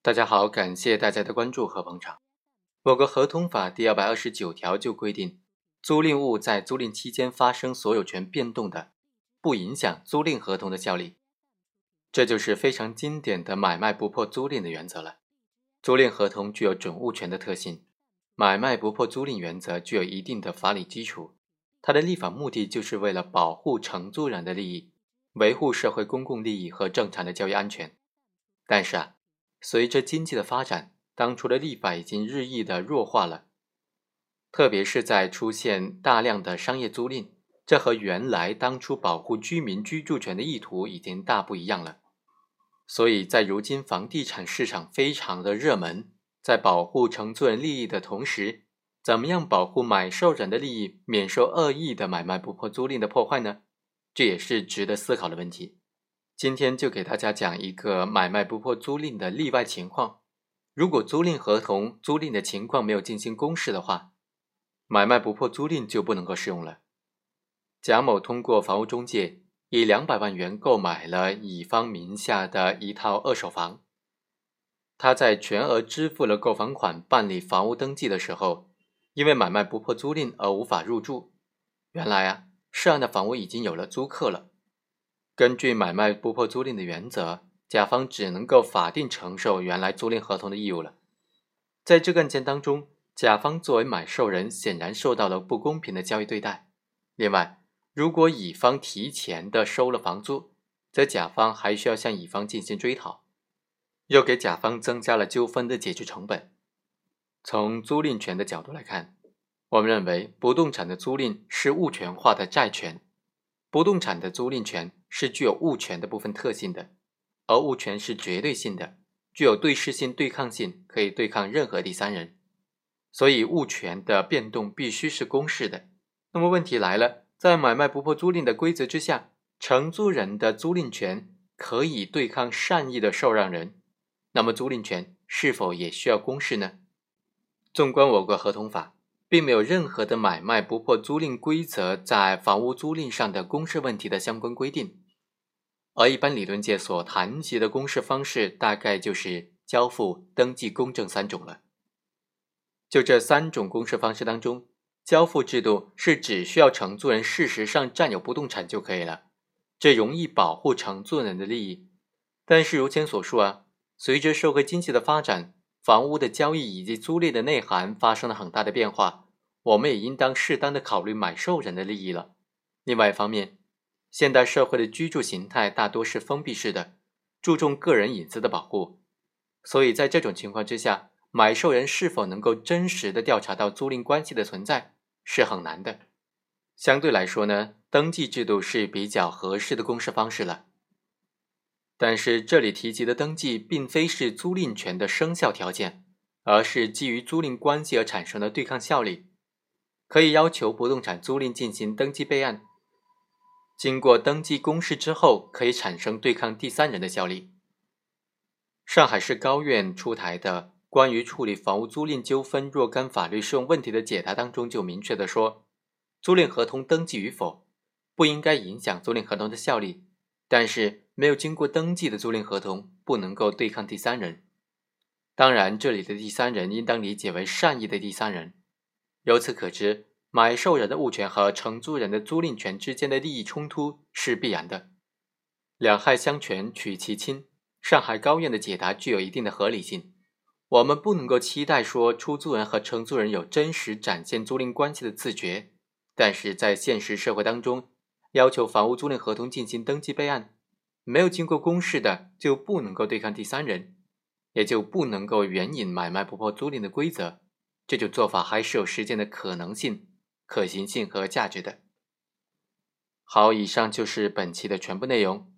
大家好，感谢大家的关注和捧场。我国合同法第229条就规定，租赁物在租赁期间发生所有权变动的，不影响租赁合同的效力。这就是非常经典的买卖不破租赁的原则了。租赁合同具有准物权的特性，买卖不破租赁原则具有一定的法理基础，它的立法目的就是为了保护承租人的利益，维护社会公共利益和正常的交易安全。但是随着经济的发展，当初的立法已经日益的弱化了，特别是在出现大量的商业租赁，这和原来当初保护居民居住权的意图已经大不一样了。所以在如今房地产市场非常的热门，在保护承租人利益的同时，怎么样保护买受人的利益免受恶意的买卖不破租赁的破坏呢？这也是值得思考的问题。今天就给大家讲一个买卖不破租赁的例外情况。如果租赁合同租赁的情况没有进行公示的话，买卖不破租赁就不能够适用了。贾某通过房屋中介以200万元购买了乙方名下的一套二手房，他在全额支付了购房款办理房屋登记的时候，因为买卖不破租赁而无法入住。原来涉案的房屋已经有了租客了。根据买卖不破租赁的原则，甲方只能够法定承受原来租赁合同的义务了。在这个案件当中，甲方作为买受人显然受到了不公平的交易对待。另外，如果乙方提前的收了房租，则甲方还需要向乙方进行追讨，又给甲方增加了纠纷的解决成本。从租赁权的角度来看，我们认为不动产的租赁是物权化的债权，不动产的租赁权是具有物权的部分特性的，而物权是绝对性的，具有对视性、对抗性，可以对抗任何第三人，所以物权的变动必须是公示的。那么问题来了，在买卖不破租赁的规则之下，承租人的租赁权可以对抗善意的受让人，那么租赁权是否也需要公示呢？纵观我国合同法，并没有任何的买卖不破租赁规则在房屋租赁上的公示问题的相关规定，而一般理论界所谈及的公示方式大概就是交付、登记、公证3种了。就这3种公示方式当中，交付制度是只需要承租人事实上占有不动产就可以了，这容易保护承租人的利益。但是如前所述随着社会经济的发展，房屋的交易以及租赁的内涵发生了很大的变化，我们也应当适当的考虑买受人的利益了。另外一方面，现代社会的居住形态大多是封闭式的，注重个人隐私的保护，所以在这种情况之下，买受人是否能够真实的调查到租赁关系的存在是很难的。相对来说呢，登记制度是比较合适的公示方式了。但是这里提及的登记并非是租赁权的生效条件，而是基于租赁关系而产生的对抗效力，可以要求不动产租赁进行登记备案，经过登记公示之后，可以产生对抗第三人的效力。上海市高院出台的关于处理房屋租赁纠纷若干法律适用问题的解答当中就明确地说，租赁合同登记与否不应该影响租赁合同的效力，但是没有经过登记的租赁合同不能够对抗第三人。当然，这里的第三人应当理解为善意的第三人。由此可知，买受人的物权和承租人的租赁权之间的利益冲突是必然的，两害相权取其轻。上海高院的解答具有一定的合理性，我们不能够期待说出租人和承租人有真实展现租赁关系的自觉，但是在现实社会当中，要求房屋租赁合同进行登记备案，没有经过公示的就不能够对抗第三人，也就不能够援引买卖不破租赁的规则，这种做法还是有实践的可能性、可行性和价值的。好，以上就是本期的全部内容。